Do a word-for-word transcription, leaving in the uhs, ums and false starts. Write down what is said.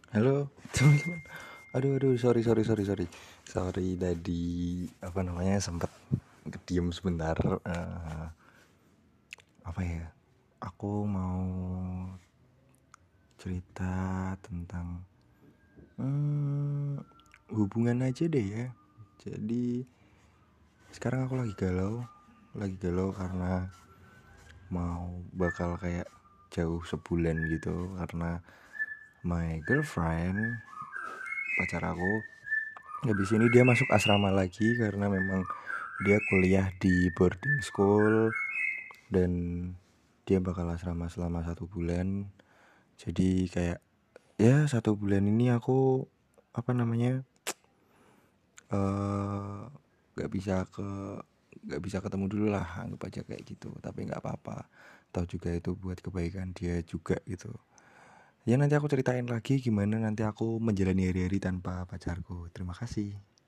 Halo teman-teman. Aduh aduh sorry sorry sorry sorry sorry tadi apa namanya sempat diem sebentar. Eh, apa ya? Aku mau cerita tentang hmm, hubungan aja deh ya. Jadi sekarang aku lagi galau, lagi galau karena mau bakal kayak jauh sebulan gitu karena my girlfriend, pacar aku, habis ini dia masuk asrama lagi karena memang dia kuliah di boarding school dan dia bakal asrama selama satu bulan. Jadi kayak ya satu bulan ini aku apa namanya eh nggak bisa ke nggak bisa ketemu dulu lah, anggap aja kayak gitu. Tapi nggak apa-apa, tahu juga itu buat kebaikan dia juga gitu. Ya nanti aku ceritain lagi gimana nanti aku menjalani hari-hari tanpa pacarku. Terima kasih.